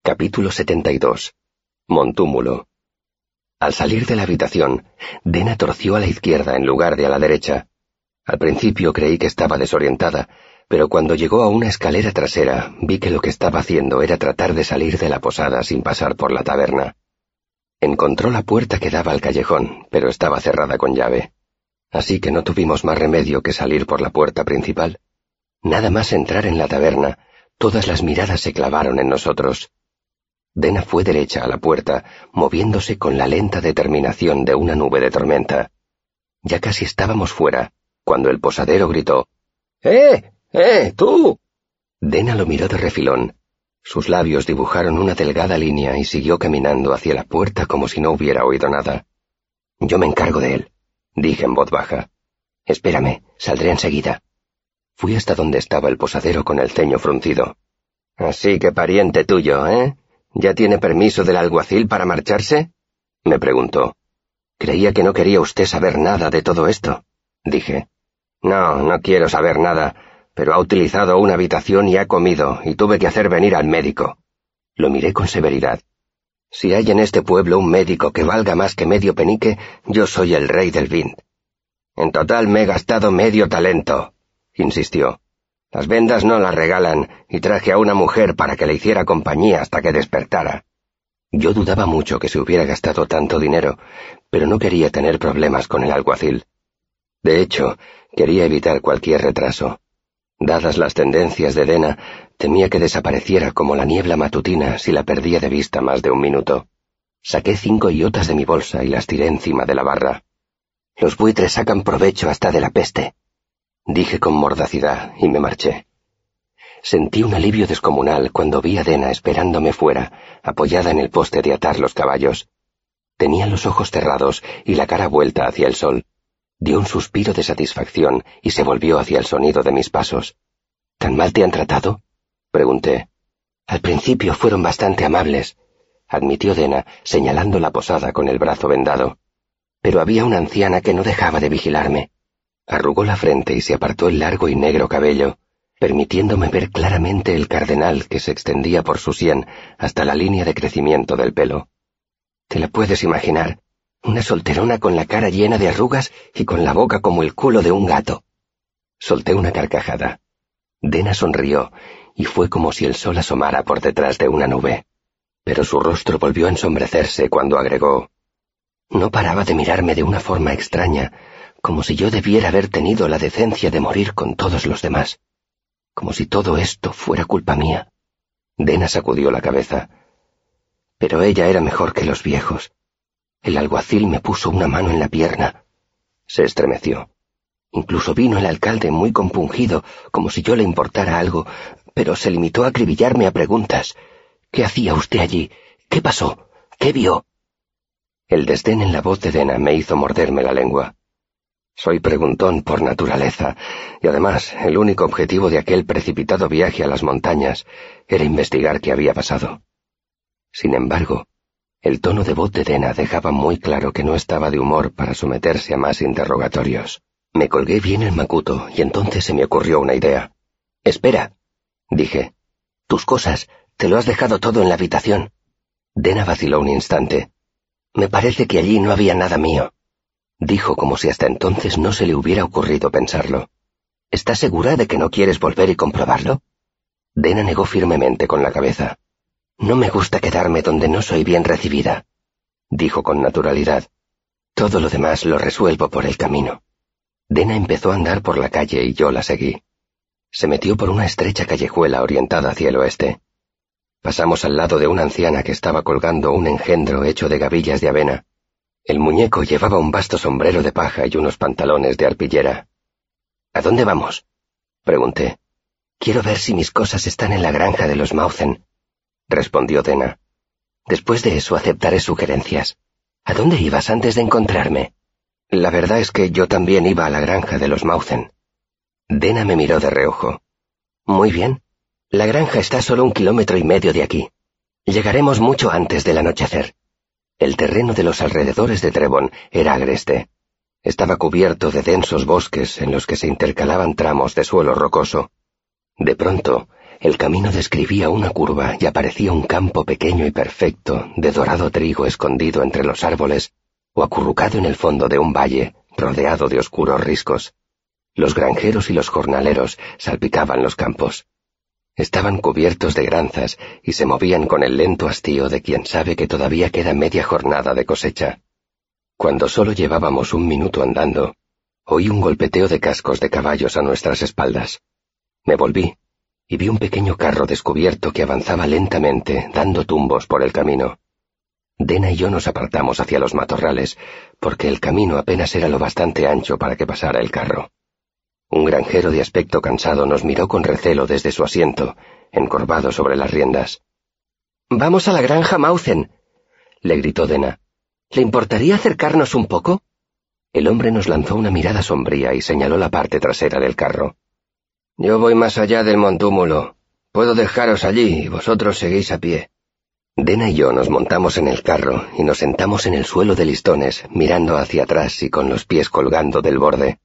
Capítulo 72. Montúmulo. Al salir de la habitación, Dena torció a la izquierda en lugar de a la derecha. Al principio creí que estaba desorientada, pero cuando llegó a una escalera trasera, vi que lo que estaba haciendo era tratar de salir de la posada sin pasar por la taberna. Encontró la puerta que daba al callejón, pero estaba cerrada con llave. Así que no tuvimos más remedio que salir por la puerta principal. Nada más entrar en la taberna, todas las miradas se clavaron en nosotros. Dena fue derecha a la puerta, moviéndose con la lenta determinación de una nube de tormenta. Ya casi estábamos fuera, cuando el posadero gritó: ¡tú! Dena lo miró de refilón. Sus labios dibujaron una delgada línea y siguió caminando hacia la puerta como si no hubiera oído nada. «Yo me encargo de él», dije en voz baja. «Espérame, saldré enseguida». Fui hasta donde estaba el posadero con el ceño fruncido. «Así que pariente tuyo, ¿eh? ¿Ya tiene permiso del alguacil para marcharse?», me preguntó. «Creía que no quería usted saber nada de todo esto», dije. No quiero saber nada, pero ha utilizado una habitación y ha comido, y tuve que hacer venir al médico». Lo miré con severidad. «Si hay en este pueblo un médico que valga más que medio penique, yo soy el rey del Vint. En total me he gastado medio talento», insistió. «Las vendas no las regalan, y traje a una mujer para que le hiciera compañía hasta que despertara». Yo dudaba mucho que se hubiera gastado tanto dinero, pero no quería tener problemas con el alguacil. De hecho, quería evitar cualquier retraso. Dadas las tendencias de Dena, temía que desapareciera como la niebla matutina si la perdía de vista más de un minuto. Saqué 5 iotas de mi bolsa y las tiré encima de la barra. «Los buitres sacan provecho hasta de la peste», dije con mordacidad y me marché. Sentí un alivio descomunal cuando vi a Dena esperándome fuera, apoyada en el poste de atar los caballos. Tenía los ojos cerrados y la cara vuelta hacia el sol. Dio un suspiro de satisfacción y se volvió hacia el sonido de mis pasos. «¿Tan mal te han tratado?», pregunté. «Al principio fueron bastante amables», admitió Dena, señalando la posada con el brazo vendado. «Pero había una anciana que no dejaba de vigilarme». Arrugó la frente y se apartó el largo y negro cabello, permitiéndome ver claramente el cardenal que se extendía por su sien hasta la línea de crecimiento del pelo. «Te la puedes imaginar, una solterona con la cara llena de arrugas y con la boca como el culo de un gato». Solté una carcajada. Dena sonrió, y fue como si el sol asomara por detrás de una nube. Pero su rostro volvió a ensombrecerse cuando agregó: «No paraba de mirarme de una forma extraña, como si yo debiera haber tenido la decencia de morir con todos los demás. Como si todo esto fuera culpa mía». Dena sacudió la cabeza. «Pero ella era mejor que los viejos. El alguacil me puso una mano en la pierna». Se estremeció. «Incluso vino el alcalde muy compungido, como si yo le importara algo, pero se limitó a acribillarme a preguntas. ¿Qué hacía usted allí? ¿Qué pasó? ¿Qué vio?». El desdén en la voz de Dena me hizo morderme la lengua. «Soy preguntón por naturaleza, y además el único objetivo de aquel precipitado viaje a las montañas era investigar qué había pasado». Sin embargo, el tono de voz de Dena dejaba muy claro que no estaba de humor para someterse a más interrogatorios. Me colgué bien el macuto y entonces se me ocurrió una idea. «Espera», dije. «Tus cosas, te lo has dejado todo en la habitación». Dena vaciló un instante. «Me parece que allí no había nada mío», dijo como si hasta entonces no se le hubiera ocurrido pensarlo. «¿Estás segura de que no quieres volver y comprobarlo?». Dena negó firmemente con la cabeza. «No me gusta quedarme donde no soy bien recibida», dijo con naturalidad. «Todo lo demás lo resuelvo por el camino». Dena empezó a andar por la calle y yo la seguí. Se metió por una estrecha callejuela orientada hacia el oeste. Pasamos al lado de una anciana que estaba colgando un engendro hecho de gavillas de avena. El muñeco llevaba un vasto sombrero de paja y unos pantalones de arpillera. «¿A dónde vamos?», pregunté. «Quiero ver si mis cosas están en la granja de los Mauzen», respondió Dena. «Después de eso aceptaré sugerencias. ¿A dónde ibas antes de encontrarme?». «La verdad es que yo también iba a la granja de los Mauzen». Dena me miró de reojo. «Muy bien. La granja está a solo 1,5 kilómetros de aquí. Llegaremos mucho antes del anochecer». El terreno de los alrededores de Trebon era agreste. Estaba cubierto de densos bosques en los que se intercalaban tramos de suelo rocoso. De pronto, El camino describía una curva y aparecía un campo pequeño y perfecto de dorado trigo escondido entre los árboles o acurrucado en el fondo de un valle rodeado de oscuros riscos. Los granjeros y los jornaleros salpicaban los campos. Estaban cubiertos de granzas y se movían con el lento hastío de quien sabe que todavía queda media jornada de cosecha. Cuando solo llevábamos un minuto andando, oí un golpeteo de cascos de caballos a nuestras espaldas. Me volví y vi un pequeño carro descubierto que avanzaba lentamente, dando tumbos por el camino. Dena y yo nos apartamos hacia los matorrales, porque el camino apenas era lo bastante ancho para que pasara el carro. Un granjero de aspecto cansado nos miró con recelo desde su asiento, encorvado sobre las riendas. «¡Vamos a la granja Mauzen!», le gritó Dena. «¿Le importaría acercarnos un poco?». El hombre nos lanzó una mirada sombría y señaló la parte trasera del carro. «Yo voy más allá del montúmulo. Puedo dejaros allí y vosotros seguís a pie». Dena y yo nos montamos en el carro y nos sentamos en el suelo de listones, mirando hacia atrás y con los pies colgando del borde.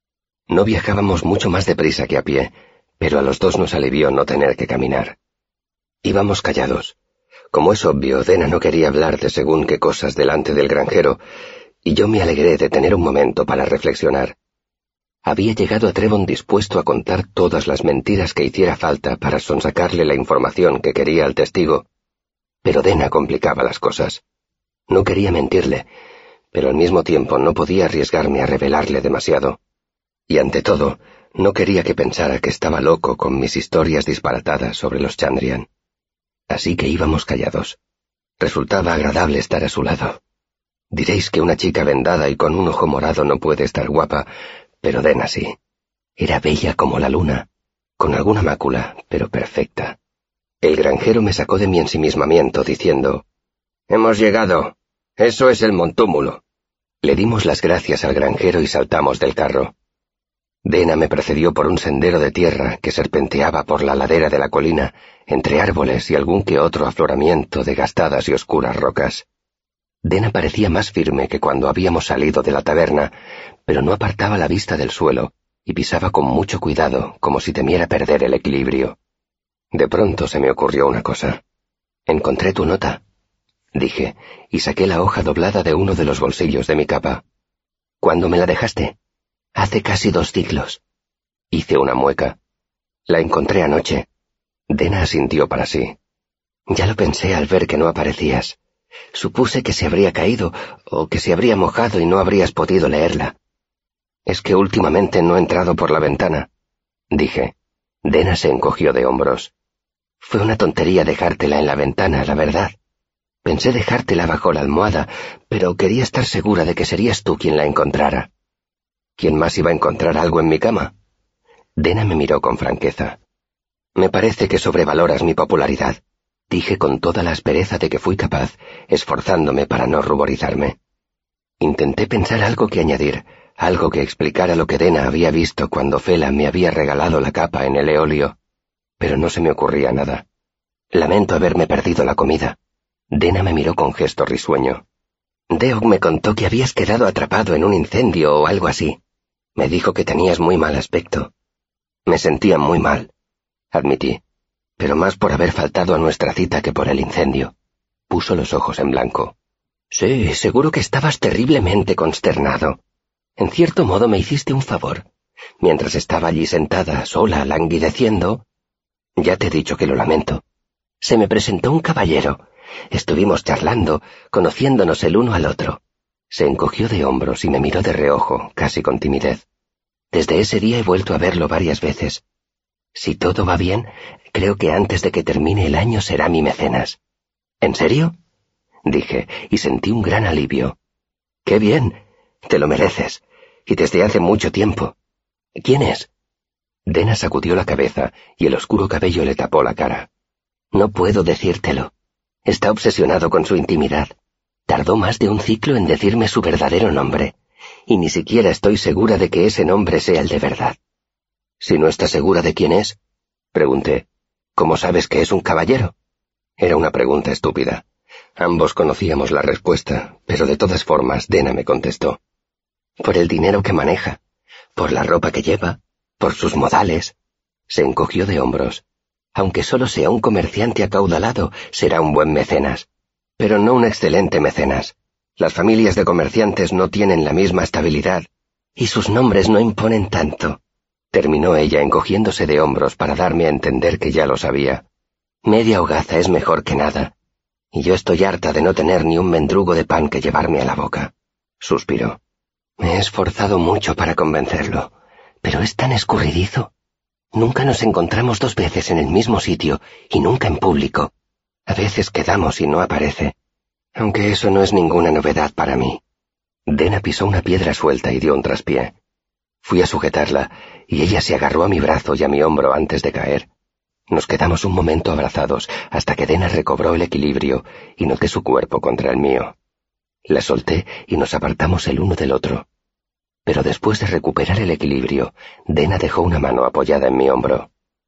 No viajábamos mucho más deprisa que a pie, pero a los dos nos alivió no tener que caminar. Íbamos callados. Como es obvio, Dena no quería hablar de según qué cosas delante del granjero, y yo me alegré de tener un momento para reflexionar. Había llegado a Trevon dispuesto a contar todas las mentiras que hiciera falta para sonsacarle la información que quería al testigo, pero Dena complicaba las cosas. No quería mentirle, pero al mismo tiempo no podía arriesgarme a revelarle demasiado. Y ante todo, no quería que pensara que estaba loco con mis historias disparatadas sobre los Chandrian. Así que íbamos callados. Resultaba agradable estar a su lado. Diréis que una chica vendada y con un ojo morado no puede estar guapa, pero Dena sí. Era bella como la luna, con alguna mácula, pero perfecta. El granjero me sacó de mi ensimismamiento diciendo: «Hemos llegado. Eso es el montúmulo». Le dimos las gracias al granjero y saltamos del carro. Dena me precedió por un sendero de tierra que serpenteaba por la ladera de la colina, entre árboles y algún que otro afloramiento de gastadas y oscuras rocas. Dena parecía más firme que cuando habíamos salido de la taberna, pero no apartaba la vista del suelo y pisaba con mucho cuidado, como si temiera perder el equilibrio. De pronto se me ocurrió una cosa. «Encontré tu nota», dije, y saqué la hoja doblada de uno de los bolsillos de mi capa. «¿Cuándo me la dejaste?» «Hace casi 2 siglos». Hice una mueca. «La encontré anoche». Dena asintió para sí. «Ya lo pensé al ver que no aparecías. Supuse que se habría caído o que se habría mojado y no habrías podido leerla». «Es que últimamente no he entrado por la ventana», dije. Dena se encogió de hombros. «Fue una tontería dejártela en la ventana, la verdad. Pensé dejártela bajo la almohada, pero quería estar segura de que serías tú quien la encontrara». «¿Quién más iba a encontrar algo en mi cama?». Dena me miró con franqueza. «Me parece que sobrevaloras mi popularidad», dije con toda la aspereza de que fui capaz, esforzándome para no ruborizarme. Intenté pensar algo que añadir, algo que explicara lo que Dena había visto cuando Fela me había regalado la capa en el eolio, pero no se me ocurría nada. «Lamento haberme perdido la comida». Dena me miró con gesto risueño. «Deog me contó que habías quedado atrapado en un incendio o algo así. Me dijo que tenías muy mal aspecto». «Me sentía muy mal», admití, «pero más por haber faltado a nuestra cita que por el incendio». Puso los ojos en blanco. «Sí, seguro que estabas terriblemente consternado. En cierto modo me hiciste un favor. Mientras estaba allí sentada, sola, languideciendo... Ya te he dicho que lo lamento. Se me presentó un caballero. Estuvimos charlando, conociéndonos el uno al otro». Se encogió de hombros y me miró de reojo, casi con timidez. «Desde ese día he vuelto a verlo varias veces. Si todo va bien, creo que antes de que termine el año será mi mecenas». «¿En serio?», dije, y sentí un gran alivio. «¡Qué bien! Te lo mereces. Y desde hace mucho tiempo». «¿Quién es?». Dena sacudió la cabeza y el oscuro cabello le tapó la cara. «No puedo decírtelo. Está obsesionado con su intimidad. Tardó más de un ciclo en decirme su verdadero nombre, y ni siquiera estoy segura de que ese nombre sea el de verdad». «Si no estás segura de quién es», pregunté, «¿cómo sabes que es un caballero?». Era una pregunta estúpida. Ambos conocíamos la respuesta, pero de todas formas Dena me contestó. «Por el dinero que maneja, por la ropa que lleva, por sus modales». Se encogió de hombros. Aunque solo sea un comerciante acaudalado, será un buen mecenas. Pero no un excelente mecenas. Las familias de comerciantes no tienen la misma estabilidad, y sus nombres no imponen tanto. Terminó ella encogiéndose de hombros para darme a entender que ya lo sabía. Media hogaza es mejor que nada, y yo estoy harta de no tener ni un mendrugo de pan que llevarme a la boca. Suspiró. Me he esforzado mucho para convencerlo, pero es tan escurridizo. Nunca nos encontramos 2 veces en el mismo sitio y nunca en público. A veces quedamos y no aparece, aunque eso no es ninguna novedad para mí. Dena pisó una piedra suelta y dio un traspié. Fui a sujetarla y ella se agarró a mi brazo y a mi hombro antes de caer. Nos quedamos un momento abrazados hasta que Dena recobró el equilibrio y noté su cuerpo contra el mío. La solté y nos apartamos el uno del otro. Pero después de recuperar el equilibrio, Dena dejó una mano apoyada en mi hombro.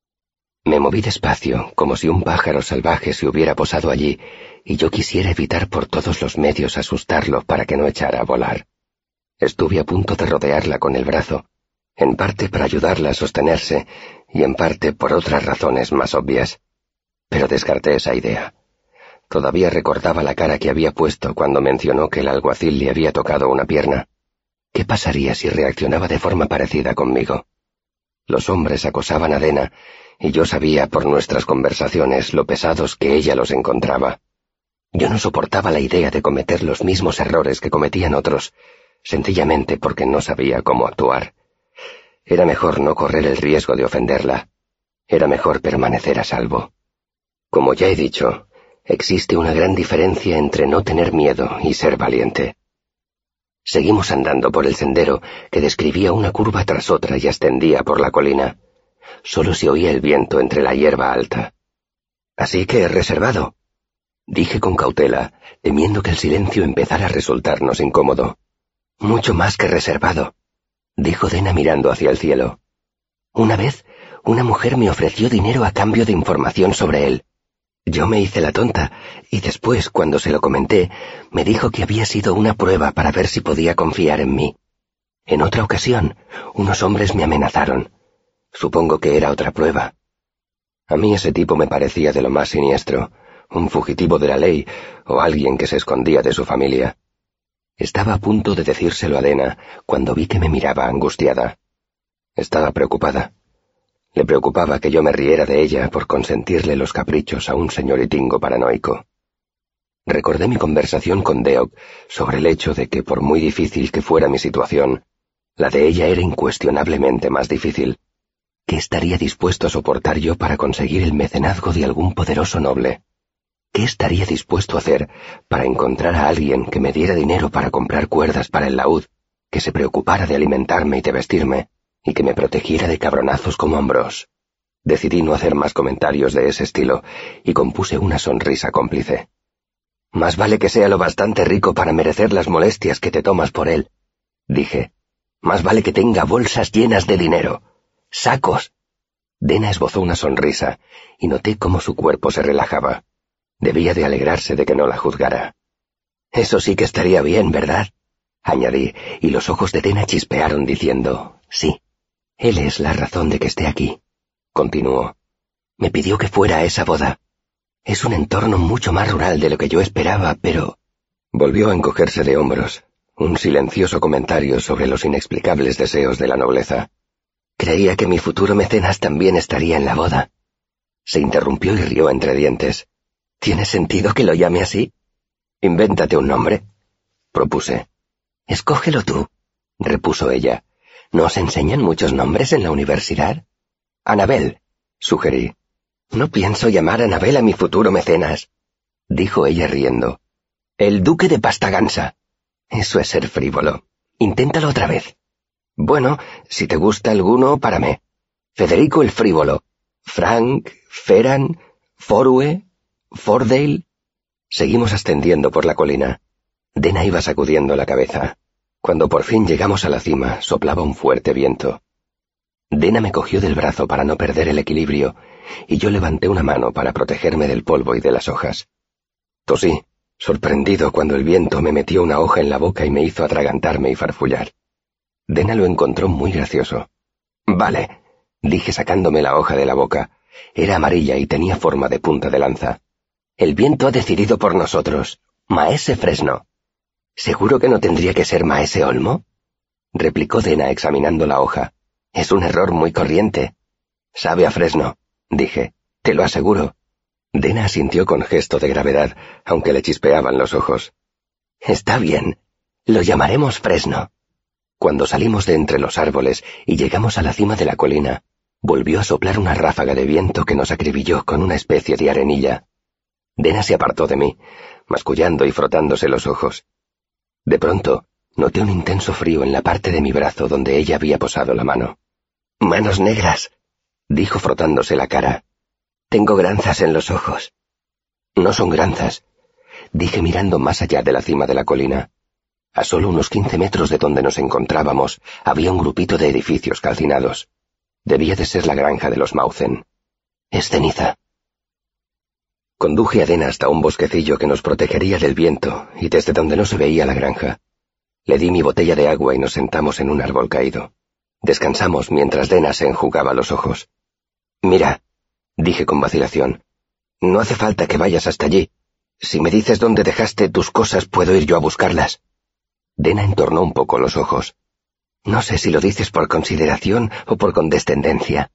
Me moví despacio, como si un pájaro salvaje se hubiera posado allí, y yo quisiera evitar por todos los medios asustarlo para que no echara a volar. Estuve a punto de rodearla con el brazo, en parte para ayudarla a sostenerse, y en parte por otras razones más obvias. Pero descarté esa idea. Todavía recordaba la cara que había puesto cuando mencionó que el alguacil le había tocado una pierna. ¿Qué pasaría si reaccionaba de forma parecida conmigo? Los hombres acosaban a Dena, y yo sabía por nuestras conversaciones lo pesados que ella los encontraba. Yo no soportaba la idea de cometer los mismos errores que cometían otros, sencillamente porque no sabía cómo actuar. Era mejor no correr el riesgo de ofenderla. Era mejor permanecer a salvo. Como ya he dicho, existe una gran diferencia entre no tener miedo y ser valiente. Seguimos andando por el sendero que describía una curva tras otra y ascendía por la colina. Solo se oía el viento entre la hierba alta. «Así que reservado», dije con cautela, temiendo que el silencio empezara a resultarnos incómodo. «Mucho más que reservado», dijo Dena mirando hacia el cielo. «Una vez, una mujer me ofreció dinero a cambio de información sobre él. Yo me hice la tonta, y después, cuando se lo comenté, me dijo que había sido una prueba para ver si podía confiar en mí. En otra ocasión, unos hombres me amenazaron. Supongo que era otra prueba. A mí ese tipo me parecía de lo más siniestro, un fugitivo de la ley o alguien que se escondía de su familia. Estaba a punto de decírselo a Dena cuando vi que me miraba angustiada. Estaba preocupada. Le preocupaba que yo me riera de ella por consentirle los caprichos a un señoritingo paranoico. Recordé mi conversación con Deok sobre el hecho de que por muy difícil que fuera mi situación, la de ella era incuestionablemente más difícil. ¿Qué estaría dispuesto a soportar yo para conseguir el mecenazgo de algún poderoso noble? ¿Qué estaría dispuesto a hacer para encontrar a alguien que me diera dinero para comprar cuerdas para el laúd, que se preocupara de alimentarme y de vestirme, y que me protegiera de cabronazos como Ambrose? Decidí no hacer más comentarios de ese estilo, y compuse una sonrisa cómplice. «Más vale que sea lo bastante rico para merecer las molestias que te tomas por él», dije. «Más vale que tenga bolsas llenas de dinero. ¡Sacos!». Dena esbozó una sonrisa, y noté cómo su cuerpo se relajaba. Debía de alegrarse de que no la juzgara. «Eso sí que estaría bien, ¿verdad?», añadí, y los ojos de Dena chispearon diciendo, «Sí, él es la razón de que esté aquí», continuó. «Me pidió que fuera a esa boda. Es un entorno mucho más rural de lo que yo esperaba, pero...». Volvió a encogerse de hombros, un silencioso comentario sobre los inexplicables deseos de la nobleza. «Creía que mi futuro mecenas también estaría en la boda». Se interrumpió y rió entre dientes. «¿Tiene sentido que lo llame así?». «Invéntate un nombre», propuse. «Escógelo tú», repuso ella. «¿No os enseñan muchos nombres en la universidad?». «Anabel», sugerí. «No pienso llamar Anabel a mi futuro mecenas», dijo ella riendo. «El duque de Pastagansa». «Eso es ser frívolo. Inténtalo otra vez». «Bueno, si te gusta alguno, párame. Federico el frívolo. Frank, Ferran, Forue, Fordale». Seguimos ascendiendo por la colina. Dena iba sacudiendo la cabeza. Cuando por fin llegamos a la cima, soplaba un fuerte viento. Dena me cogió del brazo para no perder el equilibrio, y yo levanté una mano para protegerme del polvo y de las hojas. Tosí, sorprendido cuando el viento me metió una hoja en la boca y me hizo atragantarme y farfullar. Dena lo encontró muy gracioso. «Vale», dije sacándome la hoja de la boca, Era amarilla y tenía forma de punta de lanza. «El viento ha decidido por nosotros. Maese Fresno». «¿Seguro que no tendría que ser Maese Olmo?», replicó Dena examinando la hoja. «Es un error muy corriente». «Sabe a Fresno», dije. «Te lo aseguro». Dena asintió con gesto de gravedad, aunque le chispeaban los ojos. «Está bien. Lo llamaremos Fresno». Cuando salimos de entre los árboles y llegamos a la cima de la colina, volvió a soplar una ráfaga de viento que nos acribilló con una especie de arenilla. Dena se apartó de mí, mascullando y frotándose los ojos. De pronto, noté un intenso frío en la parte de mi brazo donde ella había posado la mano. «Manos negras», dijo frotándose la cara. «Tengo granzas en los ojos». «No son granzas», dije mirando más allá de la cima de la colina. A solo unos 15 metros de donde nos encontrábamos había un grupito de edificios calcinados. Debía de ser la granja de los Mauzen. «Es ceniza». Conduje a Dena hasta un bosquecillo que nos protegería del viento y desde donde no se veía la granja. Le di mi botella de agua y nos sentamos en un árbol caído. Descansamos mientras Dena se enjugaba los ojos. «Mira», dije con vacilación, «no hace falta que vayas hasta allí. Si me dices dónde dejaste tus cosas, puedo ir yo a buscarlas». Dena entornó un poco los ojos. «No sé si lo dices por consideración o por condescendencia.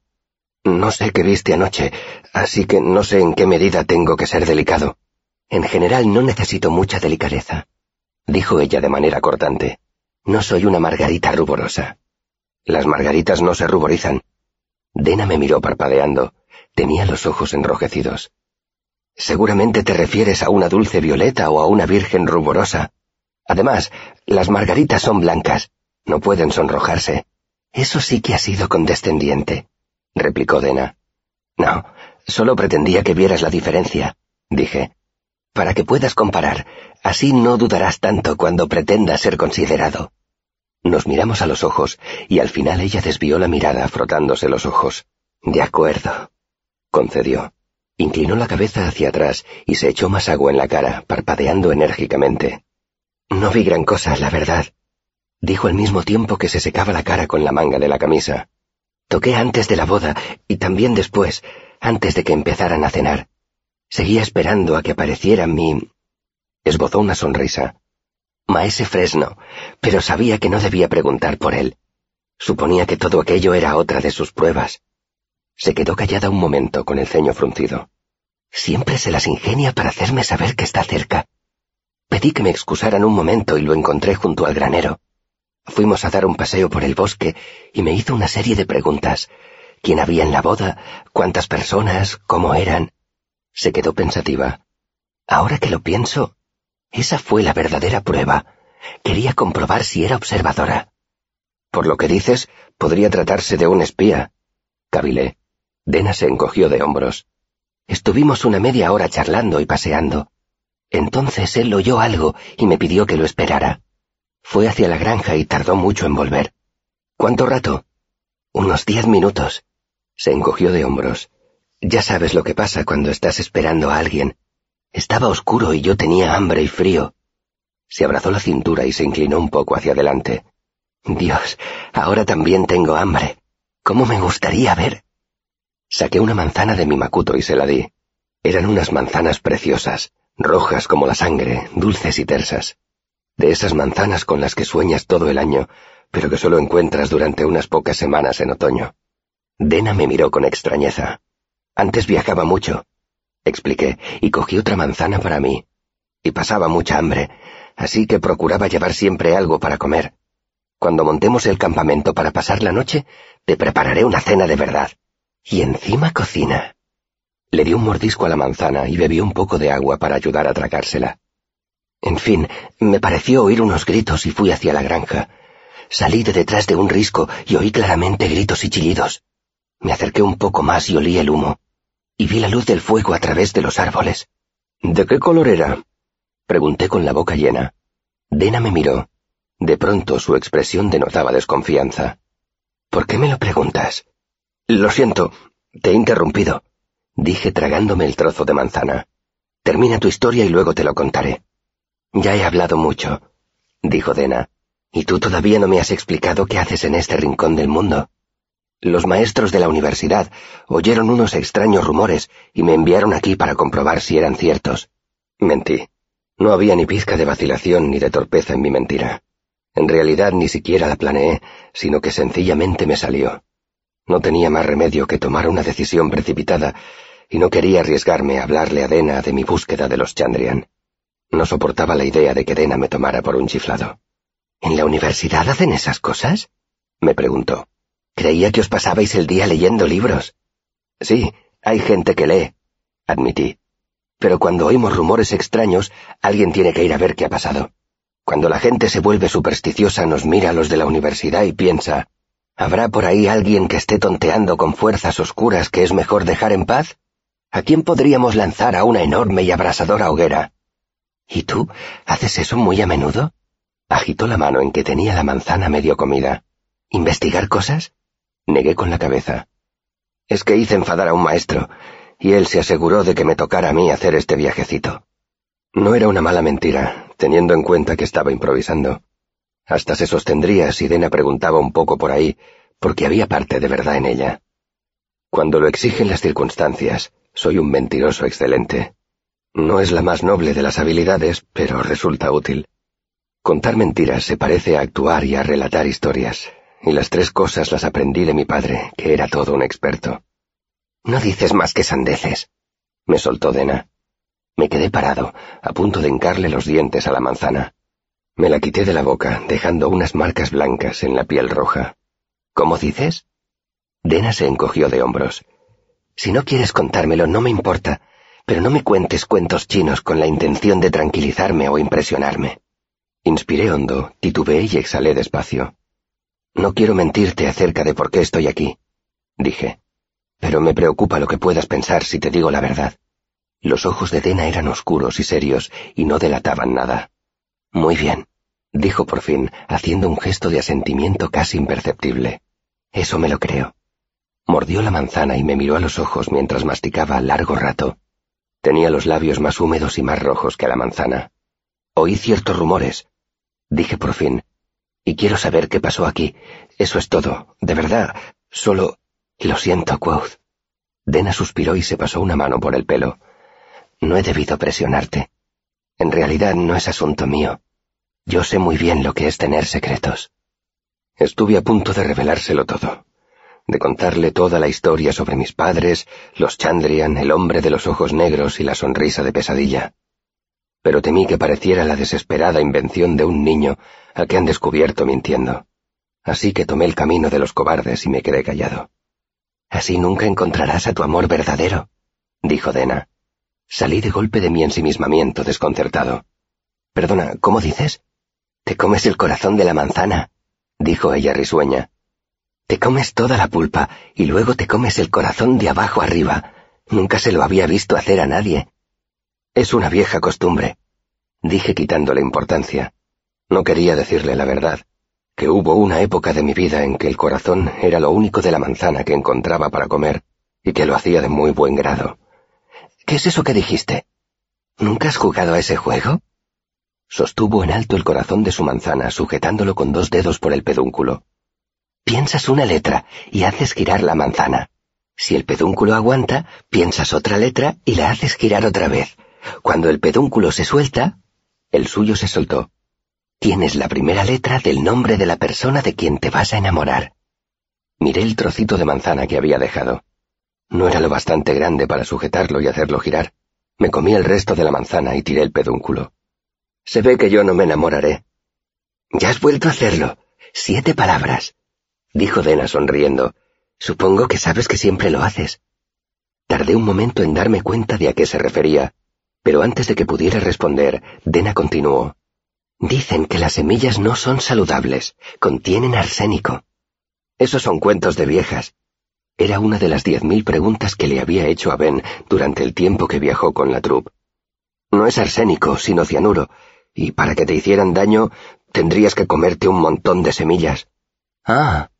No sé qué viste anoche, así que no sé en qué medida tengo que ser delicado. En general no necesito mucha delicadeza», dijo ella de manera cortante. «No soy una margarita ruborosa». «Las margaritas no se ruborizan». Dena me miró parpadeando. Tenía los ojos enrojecidos. «Seguramente te refieres a una dulce violeta o a una virgen ruborosa. Además, las margaritas son blancas. No pueden sonrojarse». «Eso sí que ha sido condescendiente», replicó Dena. «No, solo pretendía que vieras la diferencia», dije. «Para que puedas comparar, así no dudarás tanto cuando pretendas ser considerado». Nos miramos a los ojos y al final ella desvió la mirada frotándose los ojos. «De acuerdo», concedió. Inclinó la cabeza hacia atrás y se echó más agua en la cara, parpadeando enérgicamente. «No vi gran cosa, la verdad», dijo al mismo tiempo que se secaba la cara con la manga de la camisa. «Toqué antes de la boda y también después, antes de que empezaran a cenar. Seguía esperando a que apareciera mi...». Esbozó una sonrisa. «Maese Fresno, pero sabía que no debía preguntar por él. Suponía que todo aquello era otra de sus pruebas». Se quedó callada un momento con el ceño fruncido. «Siempre se las ingenia para hacerme saber que está cerca». Pedí que me excusaran un momento y lo encontré junto al granero. Fuimos a dar un paseo por el bosque y me hizo una serie de preguntas. ¿Quién había en la boda? ¿Cuántas personas? ¿Cómo eran? Se quedó pensativa. Ahora que lo pienso, esa fue la verdadera prueba. Quería comprobar si era observadora. «Por lo que dices, podría tratarse de un espía», cavilé. Dena se encogió de hombros. Estuvimos una media hora charlando y paseando. Entonces él oyó algo y me pidió que lo esperara. Fue hacia la granja y tardó mucho en volver. «¿Cuánto rato?» «Unos 10 minutos». Se encogió de hombros. «Ya sabes lo que pasa cuando estás esperando a alguien. Estaba oscuro y yo tenía hambre y frío». Se abrazó la cintura y se inclinó un poco hacia adelante. «Dios, ahora también tengo hambre. ¿Cómo me gustaría ver?» Saqué una manzana de mi macuto y se la di. Eran unas manzanas preciosas, rojas como la sangre, dulces y tersas. De esas manzanas con las que sueñas todo el año, pero que solo encuentras durante unas pocas semanas en otoño. Dena me miró con extrañeza. «Antes viajaba mucho», expliqué, y cogí otra manzana para mí. Y pasaba mucha hambre, así que procuraba llevar siempre algo para comer. Cuando montemos el campamento para pasar la noche, te prepararé una cena de verdad. Y encima cocina». Le di un mordisco a la manzana y bebió un poco de agua para ayudar a tragársela. En fin, me pareció oír unos gritos y fui hacia la granja. Salí de detrás de un risco y oí claramente gritos y chillidos. Me acerqué un poco más y olí el humo. Y vi la luz del fuego a través de los árboles. «¿De qué color era?», pregunté con la boca llena. Dena me miró. De pronto su expresión denotaba desconfianza. «¿Por qué me lo preguntas?» «Lo siento, te he interrumpido», dije tragándome el trozo de manzana. «Termina tu historia y luego te lo contaré». «Ya he hablado mucho», dijo Dena, «y tú todavía no me has explicado qué haces en este rincón del mundo». Los maestros de la universidad oyeron unos extraños rumores y me enviaron aquí para comprobar si eran ciertos. Mentí. No había ni pizca de vacilación ni de torpeza en mi mentira. En realidad ni siquiera la planeé, sino que sencillamente me salió. No tenía más remedio que tomar una decisión precipitada, y no quería arriesgarme a hablarle a Dena de mi búsqueda de los Chandrian. No soportaba la idea de que Dena me tomara por un chiflado. ¿En la universidad hacen esas cosas?, me preguntó. Creía que os pasabais el día leyendo libros. Sí, hay gente que lee, admití. Pero cuando oímos rumores extraños, alguien tiene que ir a ver qué ha pasado. Cuando la gente se vuelve supersticiosa, nos mira a los de la universidad y piensa, ¿habrá por ahí alguien que esté tonteando con fuerzas oscuras que es mejor dejar en paz? ¿A quién podríamos lanzar a una enorme y abrasadora hoguera? ¿Y tú haces eso muy a menudo? Agitó la mano en que tenía la manzana medio comida. ¿Investigar cosas? Negué con la cabeza. Es que hice enfadar a un maestro, y él se aseguró de que me tocara a mí hacer este viajecito. No era una mala mentira, teniendo en cuenta que estaba improvisando. Hasta se sostendría si Dena preguntaba un poco por ahí, porque había parte de verdad en ella. Cuando lo exigen las circunstancias, soy un mentiroso excelente. No es la más noble de las habilidades, pero resulta útil. Contar mentiras se parece a actuar y a relatar historias, y las tres cosas las aprendí de mi padre, que era todo un experto. No dices más que sandeces, me soltó Dena. Me quedé parado, a punto de hincarle los dientes a la manzana. Me la quité de la boca, dejando unas marcas blancas en la piel roja. ¿Cómo dices? Dena se encogió de hombros. Si no quieres contármelo, no me importa, pero no me cuentes cuentos chinos con la intención de tranquilizarme o impresionarme. Inspiré hondo, titubeé y exhalé despacio. No quiero mentirte acerca de por qué estoy aquí, dije. Pero me preocupa lo que puedas pensar si te digo la verdad. Los ojos de Dena eran oscuros y serios y no delataban nada. Muy bien, dijo por fin, haciendo un gesto de asentimiento casi imperceptible. Eso me lo creo. Mordió la manzana y me miró a los ojos mientras masticaba largo rato. Tenía los labios más húmedos y más rojos que la manzana. Oí ciertos rumores, dije por fin, y quiero saber qué pasó aquí. Eso es todo, de verdad, solo... Lo siento, Quoth. Dena suspiró y se pasó una mano por el pelo. No he debido presionarte. En realidad no es asunto mío. Yo sé muy bien lo que es tener secretos. Estuve a punto de revelárselo todo, de contarle toda la historia sobre mis padres, los Chandrian, el hombre de los ojos negros y la sonrisa de pesadilla. Pero temí que pareciera la desesperada invención de un niño al que han descubierto mintiendo. Así que tomé el camino de los cobardes y me quedé callado. Así nunca encontrarás a tu amor verdadero, dijo Dena. Salí de golpe de mi ensimismamiento desconcertado. Perdona, ¿cómo dices? Te comes el corazón de la manzana, dijo ella risueña. Te comes toda la pulpa y luego te comes el corazón de abajo arriba. Nunca se lo había visto hacer a nadie. Es una vieja costumbre, dije quitándole importancia. No quería decirle la verdad, que hubo una época de mi vida en que el corazón era lo único de la manzana que encontraba para comer, y que lo hacía de muy buen grado. ¿Qué es eso que dijiste? ¿Nunca has jugado a ese juego? Sostuvo en alto el corazón de su manzana, sujetándolo con 2 dedos por el pedúnculo. Piensas una letra y haces girar la manzana. Si el pedúnculo aguanta, piensas otra letra y la haces girar otra vez. Cuando el pedúnculo se suelta, el suyo se soltó. Tienes la primera letra del nombre de la persona de quien te vas a enamorar. Miré el trocito de manzana que había dejado. No era lo bastante grande para sujetarlo y hacerlo girar. Me comí el resto de la manzana y tiré el pedúnculo. Se ve que yo no me enamoraré. Ya has vuelto a hacerlo. 7 palabras, dijo Dena sonriendo. Supongo que sabes que siempre lo haces. Tardé un momento en darme cuenta de a qué se refería, pero antes de que pudiera responder, Dena continuó. Dicen que las semillas no son saludables, contienen arsénico. Esos son cuentos de viejas. Era una de las 10.000 preguntas que le había hecho a Ben durante el tiempo que viajó con la troupe. No es arsénico, sino cianuro, y para que te hicieran daño tendrías que comerte un montón de semillas. Ah.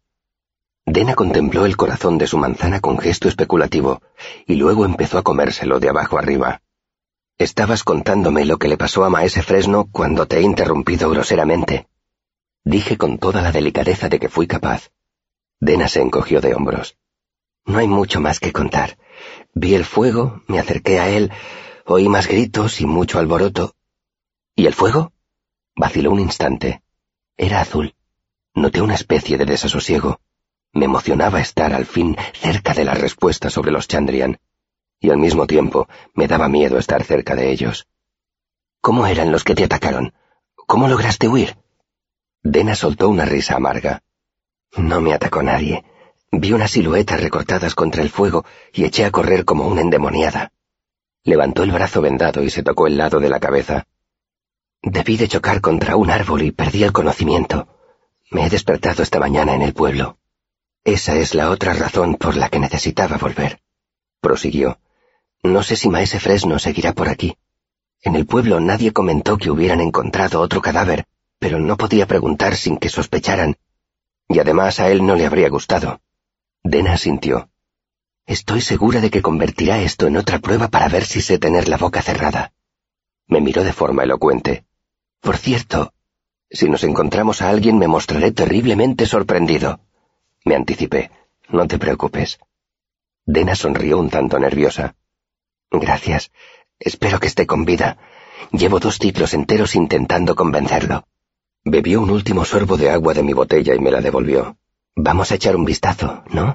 Dena contempló el corazón de su manzana con gesto especulativo, y luego empezó a comérselo de abajo arriba. Estabas contándome lo que le pasó a Maese Fresno cuando te he interrumpido groseramente. Dije con toda la delicadeza de que fui capaz. Dena se encogió de hombros. No hay mucho más que contar. Vi el fuego, me acerqué a él, oí más gritos y mucho alboroto. ¿Y el fuego? Vaciló un instante. Era azul. Noté una especie de desasosiego. Me emocionaba estar al fin cerca de la respuesta sobre los Chandrian, y al mismo tiempo me daba miedo estar cerca de ellos. ¿Cómo eran los que te atacaron? ¿Cómo lograste huir? Dena soltó una risa amarga. No me atacó nadie. Vi unas siluetas recortadas contra el fuego y eché a correr como una endemoniada. Levantó el brazo vendado y se tocó el lado de la cabeza. Debí de chocar contra un árbol y perdí el conocimiento. Me he despertado esta mañana en el pueblo. Esa es la otra razón por la que necesitaba volver. Prosiguió. No sé si Maese Fresno seguirá por aquí. En el pueblo nadie comentó que hubieran encontrado otro cadáver, pero no podía preguntar sin que sospecharan. Y además a él no le habría gustado. Dena asintió. Estoy segura de que convertirá esto en otra prueba para ver si sé tener la boca cerrada. Me miró de forma elocuente. Por cierto, si nos encontramos a alguien me mostraré terriblemente sorprendido. Me anticipé. No te preocupes. Dena sonrió un tanto nerviosa. Gracias. Espero que esté con vida. Llevo 2 ciclos enteros intentando convencerlo. Bebió un último sorbo de agua de mi botella y me la devolvió. Vamos a echar un vistazo, ¿no?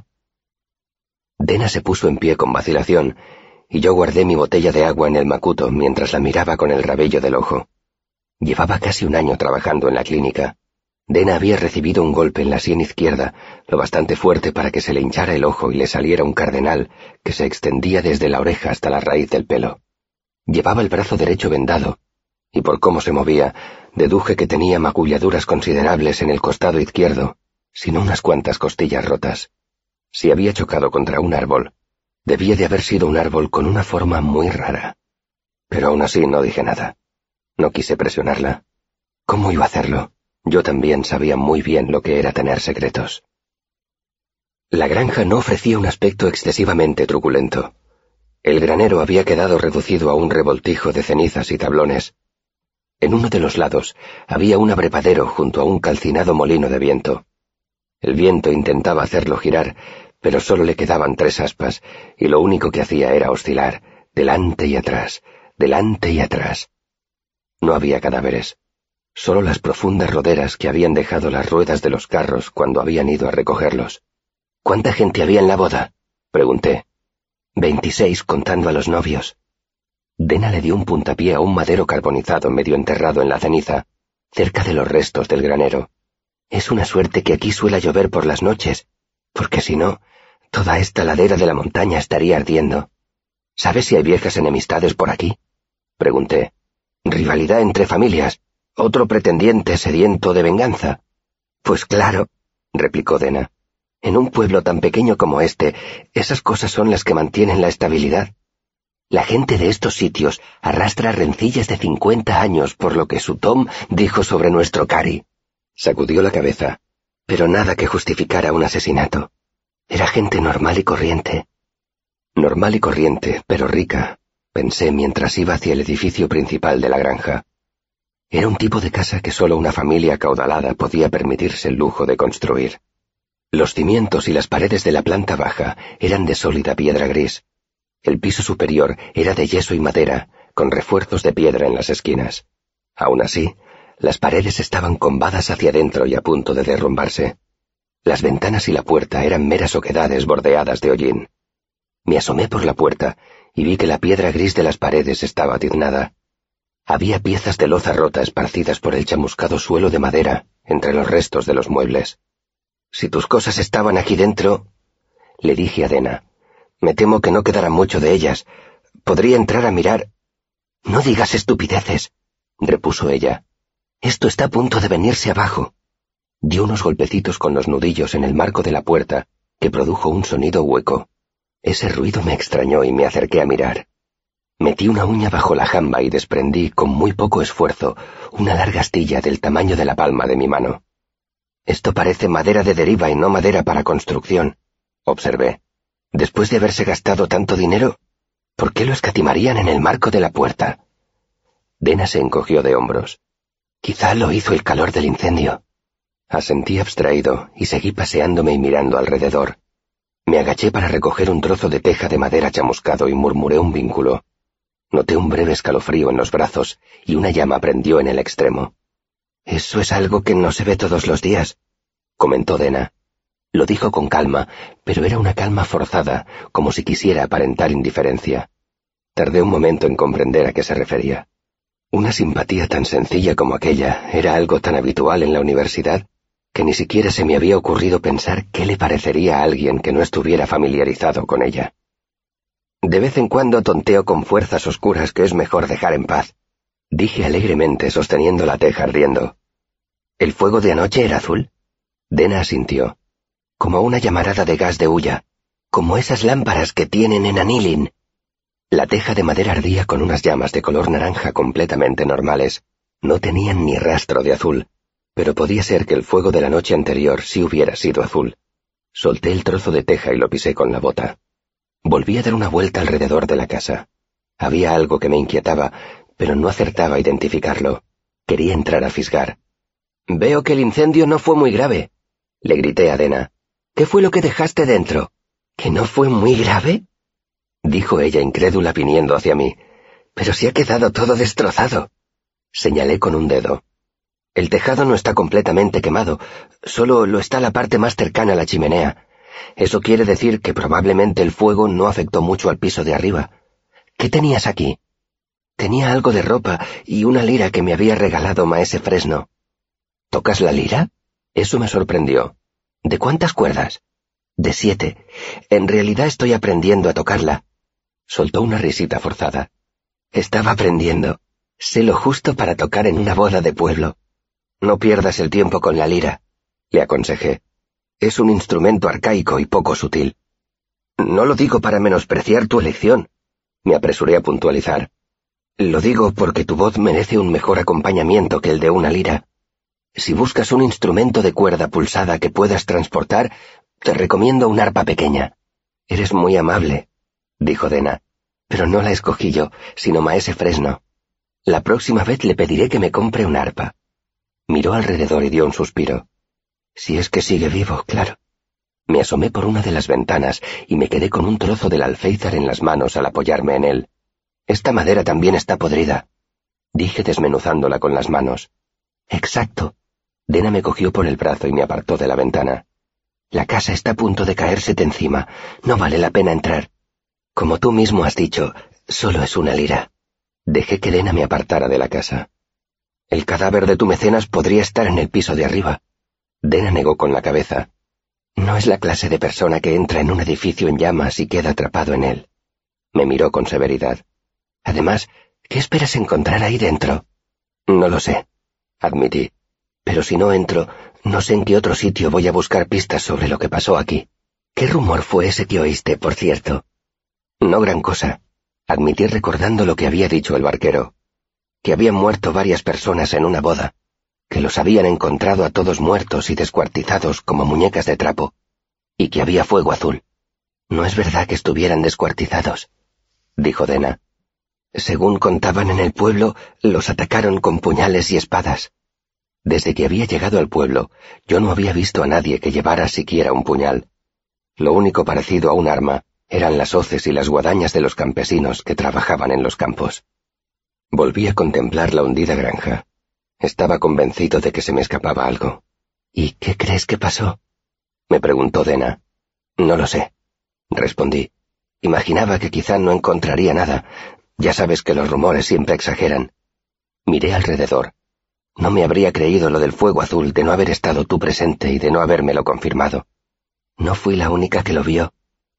Dena se puso en pie con vacilación, y yo guardé mi botella de agua en el macuto mientras la miraba con el rabillo del ojo. Llevaba casi 1 año trabajando en la clínica. Dena había recibido un golpe en la sien izquierda, lo bastante fuerte para que se le hinchara el ojo y le saliera un cardenal que se extendía desde la oreja hasta la raíz del pelo. Llevaba el brazo derecho vendado, y por cómo se movía, deduje que tenía magulladuras considerables en el costado izquierdo, sino unas cuantas costillas rotas. Si había chocado contra un árbol, debía de haber sido un árbol con una forma muy rara. Pero aún así no dije nada. No quise presionarla. ¿Cómo iba a hacerlo? Yo también sabía muy bien lo que era tener secretos. La granja no ofrecía un aspecto excesivamente truculento. El granero había quedado reducido a un revoltijo de cenizas y tablones. En uno de los lados había un abrevadero junto a un calcinado molino de viento. El viento intentaba hacerlo girar, pero solo le quedaban 3 aspas, y lo único que hacía era oscilar, delante y atrás, delante y atrás. No había cadáveres, solo las profundas roderas que habían dejado las ruedas de los carros cuando habían ido a recogerlos. ¿Cuánta gente había en la boda?, pregunté. 26 contando a los novios. Dena le dio un puntapié a un madero carbonizado medio enterrado en la ceniza, cerca de los restos del granero. Es una suerte que aquí suela llover por las noches, porque si no, toda esta ladera de la montaña estaría ardiendo. ¿Sabes si hay viejas enemistades por aquí?, pregunté. ¿Rivalidad entre familias? ¿Otro pretendiente sediento de venganza? Pues claro, replicó Dena. En un pueblo tan pequeño como este, esas cosas son las que mantienen la estabilidad. La gente de estos sitios arrastra rencillas de 50 años por lo que su Tom dijo sobre nuestro Cari. Sacudió la cabeza, pero nada que justificara un asesinato. Era gente normal y corriente. Normal y corriente, pero rica, pensé mientras iba hacia el edificio principal de la granja. Era un tipo de casa que solo una familia acaudalada podía permitirse el lujo de construir. Los cimientos y las paredes de la planta baja eran de sólida piedra gris. El piso superior era de yeso y madera, con refuerzos de piedra en las esquinas. Aún así, las paredes estaban combadas hacia adentro y a punto de derrumbarse. Las ventanas y la puerta eran meras oquedades bordeadas de hollín. Me asomé por la puerta y vi que la piedra gris de las paredes estaba tiznada. Había piezas de loza rota esparcidas por el chamuscado suelo de madera entre los restos de los muebles. Si tus cosas estaban aquí dentro, le dije a Dena, me temo que no quedará mucho de ellas. Podría entrar a mirar. No digas estupideces, repuso ella. Esto está a punto de venirse abajo. Dio unos golpecitos con los nudillos en el marco de la puerta, que produjo un sonido hueco. Ese ruido me extrañó y me acerqué a mirar. Metí una uña bajo la jamba y desprendí con muy poco esfuerzo una larga astilla del tamaño de la palma de mi mano. Esto parece madera de deriva y no madera para construcción, observé. Después de haberse gastado tanto dinero, ¿por qué lo escatimarían en el marco de la puerta? Dena se encogió de hombros. Quizá lo hizo el calor del incendio. Asentí abstraído y seguí paseándome y mirando alrededor. Me agaché para recoger un trozo de teja de madera chamuscado y murmuré un vínculo. Noté un breve escalofrío en los brazos y una llama prendió en el extremo. «Eso es algo que no se ve todos los días», comentó Dena. Lo dijo con calma, pero era una calma forzada, como si quisiera aparentar indiferencia. Tardé un momento en comprender a qué se refería. Una simpatía tan sencilla como aquella era algo tan habitual en la universidad que ni siquiera se me había ocurrido pensar qué le parecería a alguien que no estuviera familiarizado con ella. «De vez en cuando tonteo con fuerzas oscuras que es mejor dejar en paz», dije alegremente sosteniendo la teja ardiendo. «¿El fuego de anoche era azul?» Dena asintió. «Como una llamarada de gas de hulla, como esas lámparas que tienen en Anilin». La teja de madera ardía con unas llamas de color naranja completamente normales. No tenían ni rastro de azul, pero podía ser que el fuego de la noche anterior sí hubiera sido azul. Solté el trozo de teja y lo pisé con la bota. Volví a dar una vuelta alrededor de la casa. Había algo que me inquietaba, pero no acertaba a identificarlo. Quería entrar a fisgar. «Veo que el incendio no fue muy grave», le grité a Dena. «¿Qué fue lo que dejaste dentro?» «¿Que no fue muy grave?», dijo ella incrédula viniendo hacia mí. «Pero si ha quedado todo destrozado». Señalé con un dedo. «El tejado no está completamente quemado, solo lo está la parte más cercana a la chimenea. Eso quiere decir que probablemente el fuego no afectó mucho al piso de arriba. ¿Qué tenías aquí?» «Tenía algo de ropa y una lira que me había regalado maese Fresno». «¿Tocas la lira?» Eso me sorprendió. «¿De cuántas cuerdas?» «De 7. En realidad estoy aprendiendo a tocarla». Soltó una risita forzada. «Estaba aprendiendo. Sé lo justo para tocar en una boda de pueblo». «No pierdas el tiempo con la lira», le aconsejé. «Es un instrumento arcaico y poco sutil». «No lo digo para menospreciar tu elección», me apresuré a puntualizar. «Lo digo porque tu voz merece un mejor acompañamiento que el de una lira. Si buscas un instrumento de cuerda pulsada que puedas transportar, te recomiendo un arpa pequeña». «Eres muy amable», dijo Dena, «pero no la escogí yo, sino maese Fresno. La próxima vez le pediré que me compre un arpa». Miró alrededor y dio un suspiro. «Si es que sigue vivo, claro». Me asomé por una de las ventanas y me quedé con un trozo del alféizar en las manos al apoyarme en él. «Esta madera también está podrida», dije desmenuzándola con las manos. «Exacto». Dena me cogió por el brazo y me apartó de la ventana. «La casa está a punto de caérsete encima. No vale la pena entrar. Como tú mismo has dicho, solo es una lira». Dejé que Dena me apartara de la casa. «El cadáver de tu mecenas podría estar en el piso de arriba». Dena negó con la cabeza. «No es la clase de persona que entra en un edificio en llamas y queda atrapado en él». Me miró con severidad. «Además, ¿qué esperas encontrar ahí dentro?» «No lo sé», admití. «Pero si no entro, no sé en qué otro sitio voy a buscar pistas sobre lo que pasó aquí». «¿Qué rumor fue ese que oíste, por cierto?» «No gran cosa», admití recordando lo que había dicho el barquero. Que habían muerto varias personas en una boda, que los habían encontrado a todos muertos y descuartizados como muñecas de trapo, y que había fuego azul. «No es verdad que estuvieran descuartizados», dijo Dena. «Según contaban en el pueblo, los atacaron con puñales y espadas. Desde que había llegado al pueblo, yo no había visto a nadie que llevara siquiera un puñal. Lo único parecido a un arma eran las hoces y las guadañas de los campesinos que trabajaban en los campos». Volví a contemplar la hundida granja. Estaba convencido de que se me escapaba algo. «¿Y qué crees que pasó?», me preguntó Dena. «No lo sé», respondí. «Imaginaba que quizá no encontraría nada. Ya sabes que los rumores siempre exageran». Miré alrededor. No me habría creído lo del fuego azul de no haber estado tú presente y de no habérmelo confirmado. «No fui la única que lo vio»,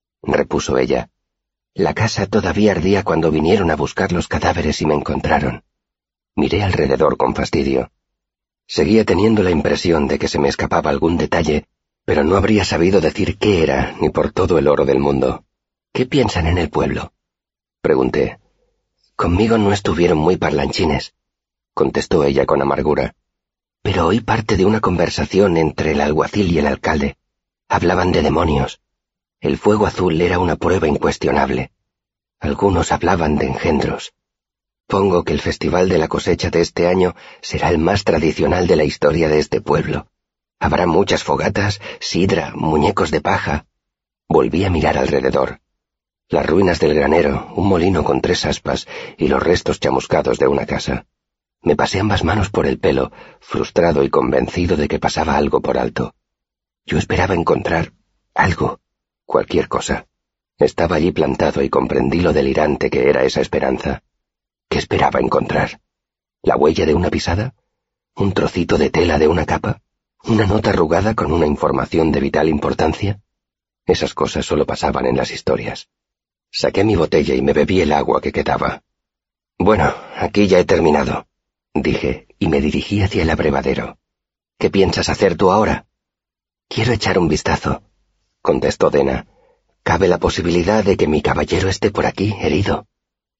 repuso ella. «La casa todavía ardía cuando vinieron a buscar los cadáveres y me encontraron». Miré alrededor con fastidio. Seguía teniendo la impresión de que se me escapaba algún detalle, pero no habría sabido decir qué era ni por todo el oro del mundo. «¿Qué piensan en el pueblo?», pregunté. «Conmigo no estuvieron muy parlanchines», contestó ella con amargura. «Pero oí parte de una conversación entre el alguacil y el alcalde. Hablaban de demonios. El fuego azul era una prueba incuestionable. Algunos hablaban de engendros. Pongo que el festival de la cosecha de este año será el más tradicional de la historia de este pueblo». Habrá muchas fogatas, sidra, muñecos de paja. Volví a mirar alrededor. Las ruinas del granero, un molino con 3 aspas y los restos chamuscados de una casa. Me pasé ambas manos por el pelo, frustrado y convencido de que pasaba algo por alto. Yo esperaba encontrar algo, cualquier cosa. Estaba allí plantado y comprendí lo delirante que era esa esperanza. ¿Qué esperaba encontrar? ¿La huella de una pisada? ¿Un trocito de tela de una capa? ¿Una nota arrugada con una información de vital importancia? Esas cosas solo pasaban en las historias. Saqué mi botella y me bebí el agua que quedaba. Bueno, aquí ya he terminado, dije, y me dirigí hacia el abrevadero. ¿Qué piensas hacer tú ahora? Quiero echar un vistazo, contestó Dena. Cabe la posibilidad de que mi caballero esté por aquí, herido.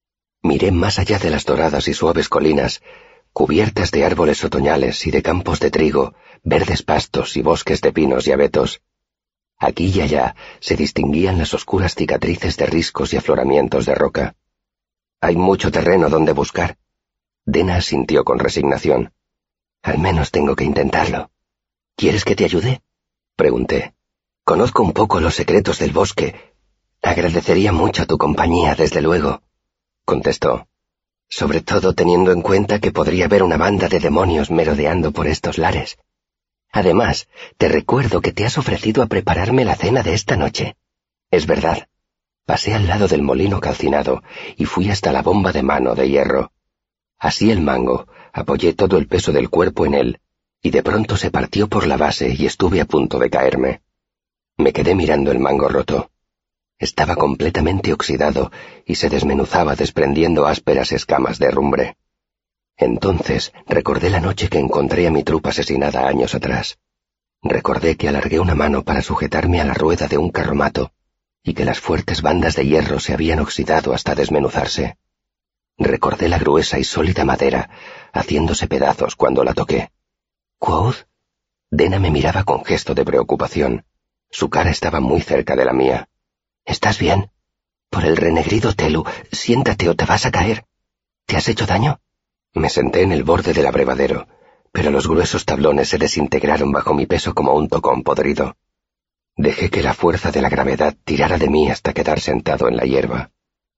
Miré más allá de las doradas y suaves colinas, cubiertas de árboles otoñales y de campos de trigo, verdes pastos y bosques de pinos y abetos. Aquí y allá se distinguían las oscuras cicatrices de riscos y afloramientos de roca. Hay mucho terreno donde buscar. Dena asintió con resignación. Al menos tengo que intentarlo. ¿Quieres que te ayude? Pregunté. Conozco un poco los secretos del bosque. Agradecería mucho tu compañía, desde luego, contestó. Sobre todo teniendo en cuenta que podría haber una banda de demonios merodeando por estos lares. Además, te recuerdo que te has ofrecido a prepararme la cena de esta noche. Es verdad. Pasé al lado del molino calcinado y fui hasta la bomba de mano de hierro. Así el mango, apoyé todo el peso del cuerpo en él, y de pronto se partió por la base y estuve a punto de caerme. Me quedé mirando el mango roto. Estaba completamente oxidado y se desmenuzaba desprendiendo ásperas escamas de herrumbre. Entonces recordé la noche que encontré a mi trupa asesinada años atrás. Recordé que alargué una mano para sujetarme a la rueda de un carromato y que las fuertes bandas de hierro se habían oxidado hasta desmenuzarse. Recordé la gruesa y sólida madera haciéndose pedazos cuando la toqué. —¿Quoth? Dena me miraba con gesto de preocupación. Su cara estaba muy cerca de la mía. —¿Estás bien? Por el renegrido Telu, siéntate o te vas a caer. ¿Te has hecho daño? Me senté en el borde del abrevadero, pero los gruesos tablones se desintegraron bajo mi peso como un tocón podrido. Dejé que la fuerza de la gravedad tirara de mí hasta quedar sentado en la hierba.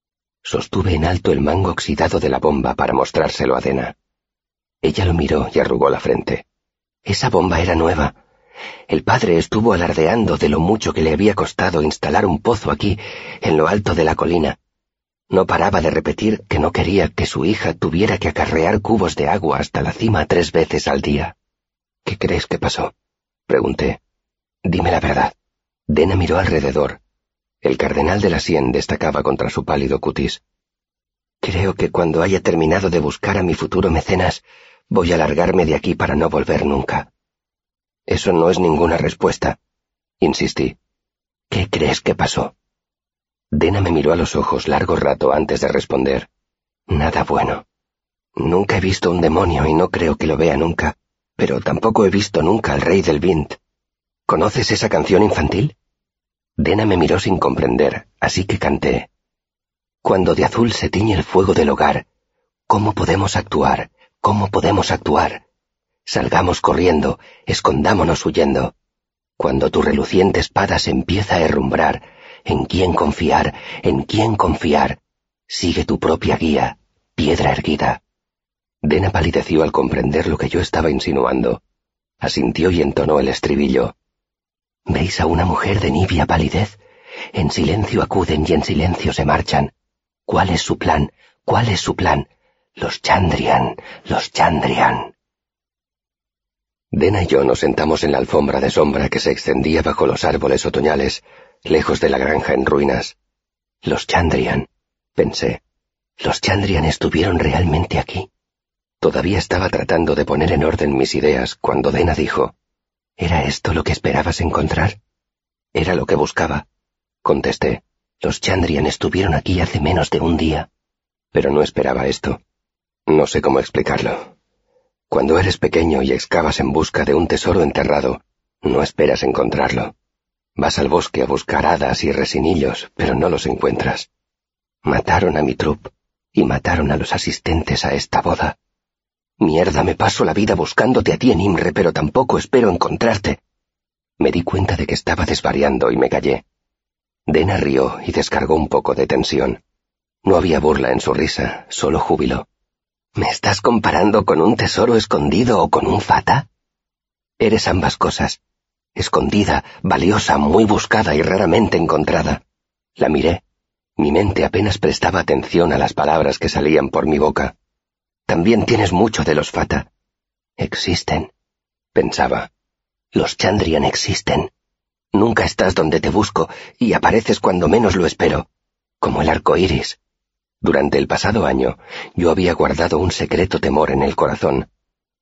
Sostuve en alto el mango oxidado de la bomba para mostrárselo a Dena. Ella lo miró y arrugó la frente. Esa bomba era nueva. El padre estuvo alardeando de lo mucho que le había costado instalar un pozo aquí, en lo alto de la colina. No paraba de repetir que no quería que su hija tuviera que acarrear cubos de agua hasta la cima 3 veces al día. —¿Qué crees que pasó? —pregunté. —Dime la verdad. Dena miró alrededor. El cardenal de la Sien destacaba contra su pálido cutis. —Creo que cuando haya terminado de buscar a mi futuro mecenas, voy a largarme de aquí para no volver nunca. —Eso no es ninguna respuesta —insistí. —¿Qué crees que pasó? Dena me miró a los ojos largo rato antes de responder. Nada bueno. Nunca he visto un demonio y no creo que lo vea nunca, pero tampoco he visto nunca al rey del Vint. ¿Conoces esa canción infantil? Dena me miró sin comprender, así que canté. Cuando de azul se tiñe el fuego del hogar, ¿cómo podemos actuar? ¿Cómo podemos actuar? Salgamos corriendo, escondámonos huyendo. Cuando tu reluciente espada se empieza a herrumbrar, ¿en quién confiar? ¿En quién confiar? Sigue tu propia guía, piedra erguida. Dena palideció al comprender lo que yo estaba insinuando. Asintió y entonó el estribillo. ¿Veis a una mujer de nívea palidez? En silencio acuden y en silencio se marchan. ¿Cuál es su plan? ¿Cuál es su plan? Los Chandrian, los Chandrian. Dena y yo nos sentamos en la alfombra de sombra que se extendía bajo los árboles otoñales, lejos de la granja en ruinas. Los Chandrian, pensé. Los Chandrian estuvieron realmente aquí. Todavía estaba tratando de poner en orden mis ideas cuando Dena dijo, ¿era esto lo que esperabas encontrar? Era lo que buscaba, contesté. Los Chandrian estuvieron aquí hace menos de un día. Pero no esperaba esto. No sé cómo explicarlo. Cuando eres pequeño y excavas en busca de un tesoro enterrado, no esperas encontrarlo. Vas al bosque a buscar hadas y resinillos, pero no los encuentras. Mataron a mi troupe y mataron a los asistentes a esta boda. Mierda, me paso la vida buscándote a ti en Imre, pero tampoco espero encontrarte. Me di cuenta de que estaba desvariando y me callé. Dena rió y descargó un poco de tensión. No había burla en su risa, solo júbilo. ¿Me estás comparando con un tesoro escondido o con un fata? Eres ambas cosas. Escondida, valiosa, muy buscada y raramente encontrada. La miré. Mi mente apenas prestaba atención a las palabras que salían por mi boca. También tienes mucho de los fata. Existen, pensaba. Los Chandrian existen. Nunca estás donde te busco y apareces cuando menos lo espero, como el arco iris. Durante el pasado año, yo había guardado un secreto temor en el corazón.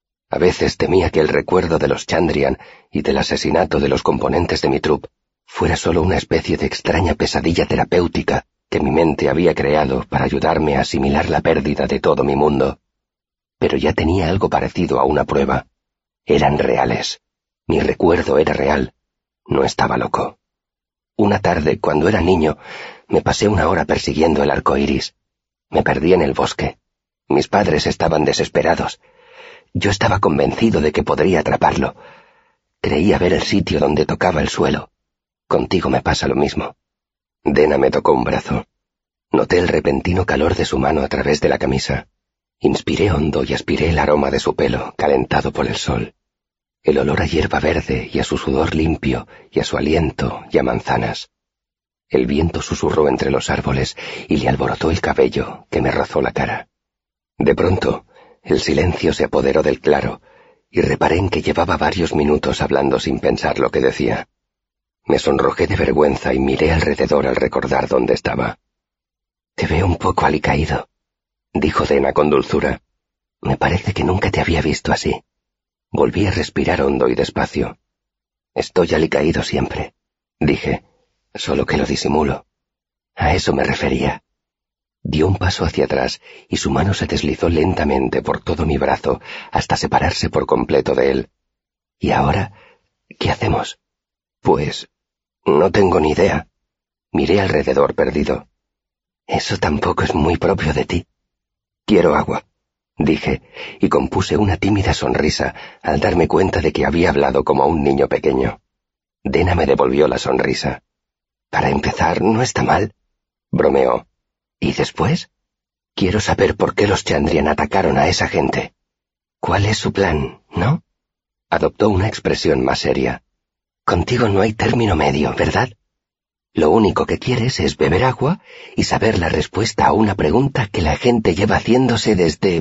A veces temía que el recuerdo de los Chandrian y del asesinato de los componentes de mi troupe fuera solo una especie de extraña pesadilla terapéutica que mi mente había creado para ayudarme a asimilar la pérdida de todo mi mundo. Pero ya tenía algo parecido a una prueba. Eran reales. Mi recuerdo era real. No estaba loco. Una tarde, cuando era niño, me pasé una hora persiguiendo el arco iris. Me perdí en el bosque. Mis padres estaban desesperados. Yo estaba convencido de que podría atraparlo. Creía ver el sitio donde tocaba el suelo. Contigo me pasa lo mismo. Dena me tocó un brazo. Noté el repentino calor de su mano a través de la camisa. Inspiré hondo y aspiré el aroma de su pelo, calentado por el sol. El olor a hierba verde y a su sudor limpio y a su aliento y a manzanas. El viento susurró entre los árboles y le alborotó el cabello, que me rozó la cara. De pronto, el silencio se apoderó del claro y reparé en que llevaba varios minutos hablando sin pensar lo que decía. Me sonrojé de vergüenza y miré alrededor al recordar dónde estaba. «Te veo un poco alicaído», dijo Dena con dulzura. «Me parece que nunca te había visto así». Volví a respirar hondo y despacio. «Estoy alicaído siempre», dije, «solo que lo disimulo». A eso me refería. Dio un paso hacia atrás y su mano se deslizó lentamente por todo mi brazo hasta separarse por completo de él. «¿Y ahora qué hacemos?» «Pues no tengo ni idea». Miré alrededor perdido. «Eso tampoco es muy propio de ti». «Quiero agua», dije, y compuse una tímida sonrisa al darme cuenta de que había hablado como un niño pequeño. Dena me devolvió la sonrisa. «Para empezar, no está mal», bromeó. «¿Y después?» «Quiero saber por qué los Chandrian atacaron a esa gente. ¿Cuál es su plan, no?» Adoptó una expresión más seria. «Contigo no hay término medio, ¿verdad? Lo único que quieres es beber agua y saber la respuesta a una pregunta que la gente lleva haciéndose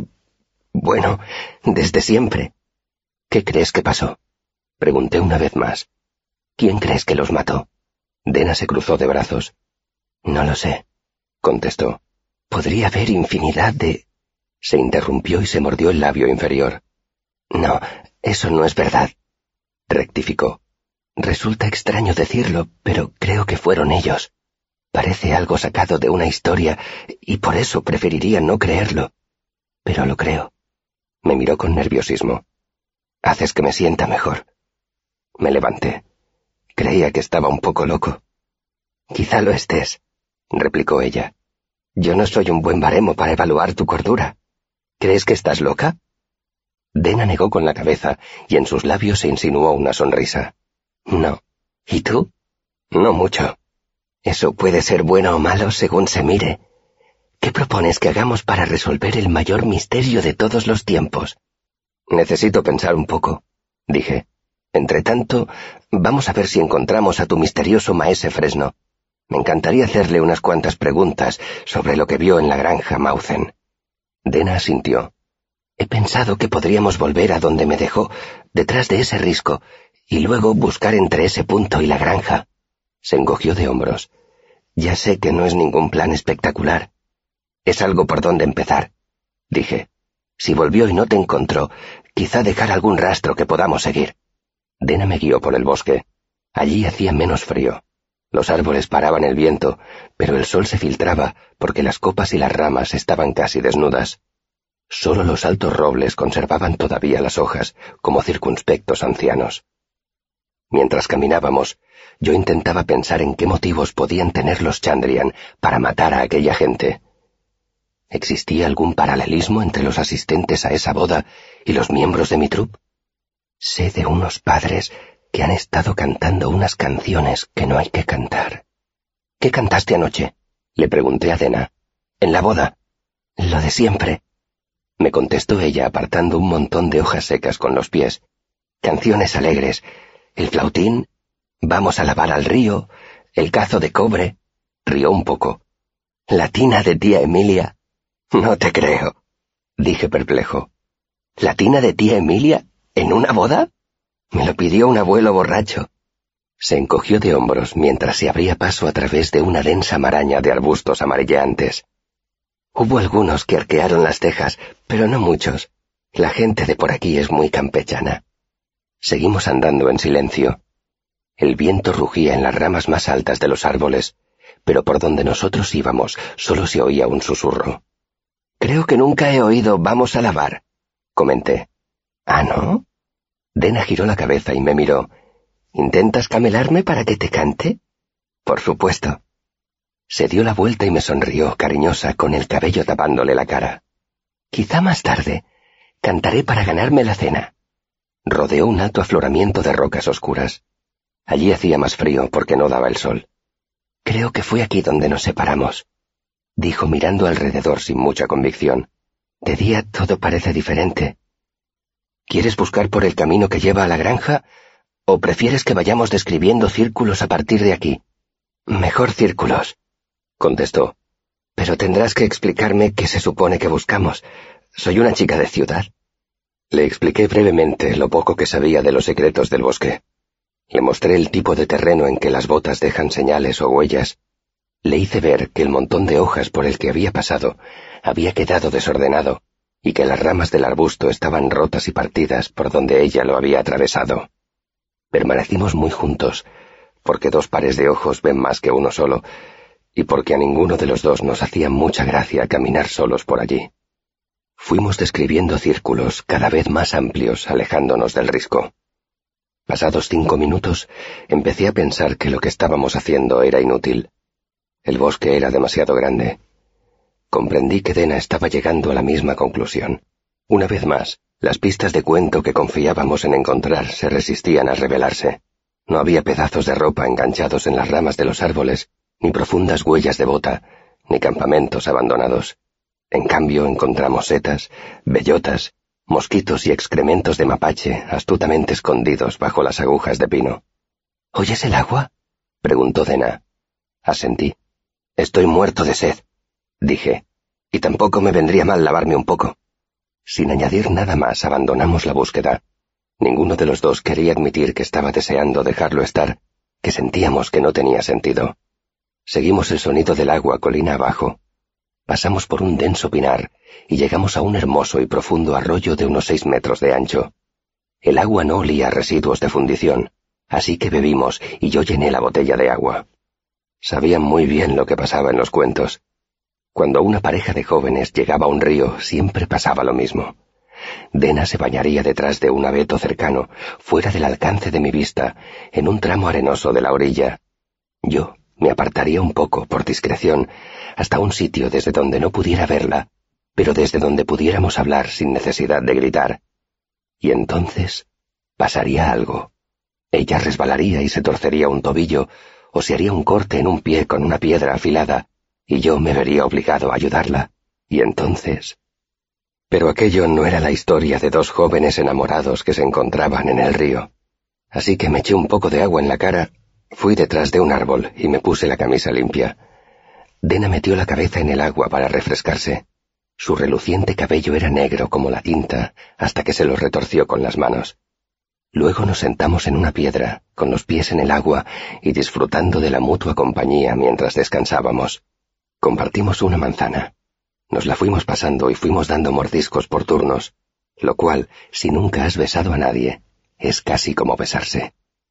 desde siempre». «¿Qué crees que pasó?» Pregunté una vez más. «¿Quién crees que los mató?» Dena se cruzó de brazos. «No lo sé», contestó. «Podría haber infinidad de...» Se interrumpió y se mordió el labio inferior. «No, eso no es verdad», rectificó. «Resulta extraño decirlo, pero creo que fueron ellos. Parece algo sacado de una historia y por eso preferiría no creerlo. Pero lo creo». Me miró con nerviosismo. «Haces que me sienta mejor». Me levanté. Creía que estaba un poco loco. «Quizá lo estés», replicó ella. «Yo no soy un buen baremo para evaluar tu cordura. ¿Crees que estás loca?» Dena negó con la cabeza y en sus labios se insinuó una sonrisa. «No. ¿Y tú?» «No mucho. Eso puede ser bueno o malo según se mire. ¿Qué propones que hagamos para resolver el mayor misterio de todos los tiempos?» «Necesito pensar un poco», dije. «Entretanto, vamos a ver si encontramos a tu misterioso maese Fresno. Me encantaría hacerle unas cuantas preguntas sobre lo que vio en la granja Mauzen». Dena asintió. «He pensado que podríamos volver a donde me dejó, detrás de ese risco, y luego buscar entre ese punto y la granja». Se encogió de hombros. «Ya sé que no es ningún plan espectacular. Es algo por donde empezar», dije. «Si volvió y no te encontró, quizá dejar algún rastro que podamos seguir». Dena me guió por el bosque. Allí hacía menos frío. Los árboles paraban el viento, pero el sol se filtraba porque las copas y las ramas estaban casi desnudas. Solo los altos robles conservaban todavía las hojas, como circunspectos ancianos. Mientras caminábamos, yo intentaba pensar en qué motivos podían tener los Chandrian para matar a aquella gente. ¿Existía algún paralelismo entre los asistentes a esa boda y los miembros de mi troupe? Sé de unos padres que han estado cantando unas canciones que no hay que cantar. ¿Qué cantaste anoche?, le pregunté a Dena. En la boda. Lo de siempre, me contestó ella apartando un montón de hojas secas con los pies. Canciones alegres, el flautín, vamos a lavar al río, el cazo de cobre. Rió un poco. ¿La tina de tía Emilia? No te creo, dije perplejo. ¿La tina de tía Emilia? ¿En una boda? Me lo pidió un abuelo borracho. Se encogió de hombros mientras se abría paso a través de una densa maraña de arbustos amarillentes. Hubo algunos que arquearon las cejas, pero no muchos. La gente de por aquí es muy campechana. Seguimos andando en silencio. El viento rugía en las ramas más altas de los árboles, pero por donde nosotros íbamos solo se oía un susurro. Creo que nunca he oído «vamos a lavar», comenté. ¿Ah, no? Dena giró la cabeza y me miró. ¿Intentas camelarme para que te cante? Por supuesto. Se dio la vuelta y me sonrió, cariñosa, con el cabello tapándole la cara. Quizá más tarde. Cantaré para ganarme la cena. Rodeó un alto afloramiento de rocas oscuras. Allí hacía más frío porque no daba el sol. Creo que fue aquí donde nos separamos, dijo mirando alrededor sin mucha convicción. De día todo parece diferente. ¿Quieres buscar por el camino que lleva a la granja o prefieres que vayamos describiendo círculos a partir de aquí? Mejor círculos, contestó. Pero tendrás que explicarme qué se supone que buscamos. Soy una chica de ciudad. Le expliqué brevemente lo poco que sabía de los secretos del bosque. Le mostré el tipo de terreno en que las botas dejan señales o huellas. Le hice ver que el montón de hojas por el que había pasado había quedado desordenado y que las ramas del arbusto estaban rotas y partidas por donde ella lo había atravesado. Permanecimos muy juntos, porque 2 pares de ojos ven más que uno solo, y porque a ninguno de los dos nos hacía mucha gracia caminar solos por allí. Fuimos describiendo círculos cada vez más amplios, alejándonos del risco. Pasados 5 minutos, empecé a pensar que lo que estábamos haciendo era inútil. El bosque era demasiado grande. Comprendí que Dena estaba llegando a la misma conclusión. Una vez más, las pistas de cuento que confiábamos en encontrar se resistían a revelarse. No había pedazos de ropa enganchados en las ramas de los árboles, ni profundas huellas de bota, ni campamentos abandonados. En cambio, encontramos setas, bellotas, mosquitos y excrementos de mapache astutamente escondidos bajo las agujas de pino. ¿Oyes el agua?, preguntó Dena. Asentí. Estoy muerto de sed, dije, y tampoco me vendría mal lavarme un poco. Sin añadir nada más, abandonamos la búsqueda. Ninguno de los dos quería admitir que estaba deseando dejarlo estar, que sentíamos que no tenía sentido. Seguimos el sonido del agua colina abajo. Pasamos por un denso pinar y llegamos a un hermoso y profundo arroyo de unos 6 metros de ancho. El agua no olía a residuos de fundición, así que bebimos y yo llené la botella de agua. Sabían muy bien lo que pasaba en los cuentos. Cuando una pareja de jóvenes llegaba a un río, siempre pasaba lo mismo. Dena se bañaría detrás de un abeto cercano, fuera del alcance de mi vista, en un tramo arenoso de la orilla. Yo me apartaría un poco, por discreción, hasta un sitio desde donde no pudiera verla, pero desde donde pudiéramos hablar sin necesidad de gritar. Y entonces pasaría algo. Ella resbalaría y se torcería un tobillo, o se haría un corte en un pie con una piedra afilada, y yo me vería obligado a ayudarla. Y entonces... Pero aquello no era la historia de 2 jóvenes enamorados que se encontraban en el río. Así que me eché un poco de agua en la cara, fui detrás de un árbol y me puse la camisa limpia. Dena metió la cabeza en el agua para refrescarse. Su reluciente cabello era negro como la tinta hasta que se lo retorció con las manos. Luego nos sentamos en una piedra, con los pies en el agua y disfrutando de la mutua compañía mientras descansábamos. Compartimos una manzana. Nos la fuimos pasando y fuimos dando mordiscos por turnos, lo cual, si nunca has besado a nadie, es casi como besarse.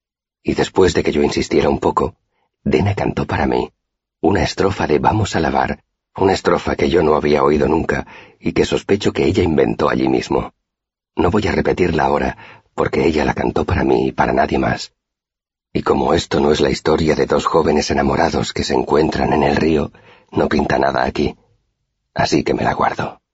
Y después de que yo insistiera un poco, Dena cantó para mí una estrofa de Vamos a lavar, una estrofa que yo no había oído nunca y que sospecho que ella inventó allí mismo. No voy a repetirla ahora, porque ella la cantó para mí y para nadie más. Y como esto no es la historia de 2 jóvenes enamorados que se encuentran en el río, no pinta nada aquí. así que me la guardo.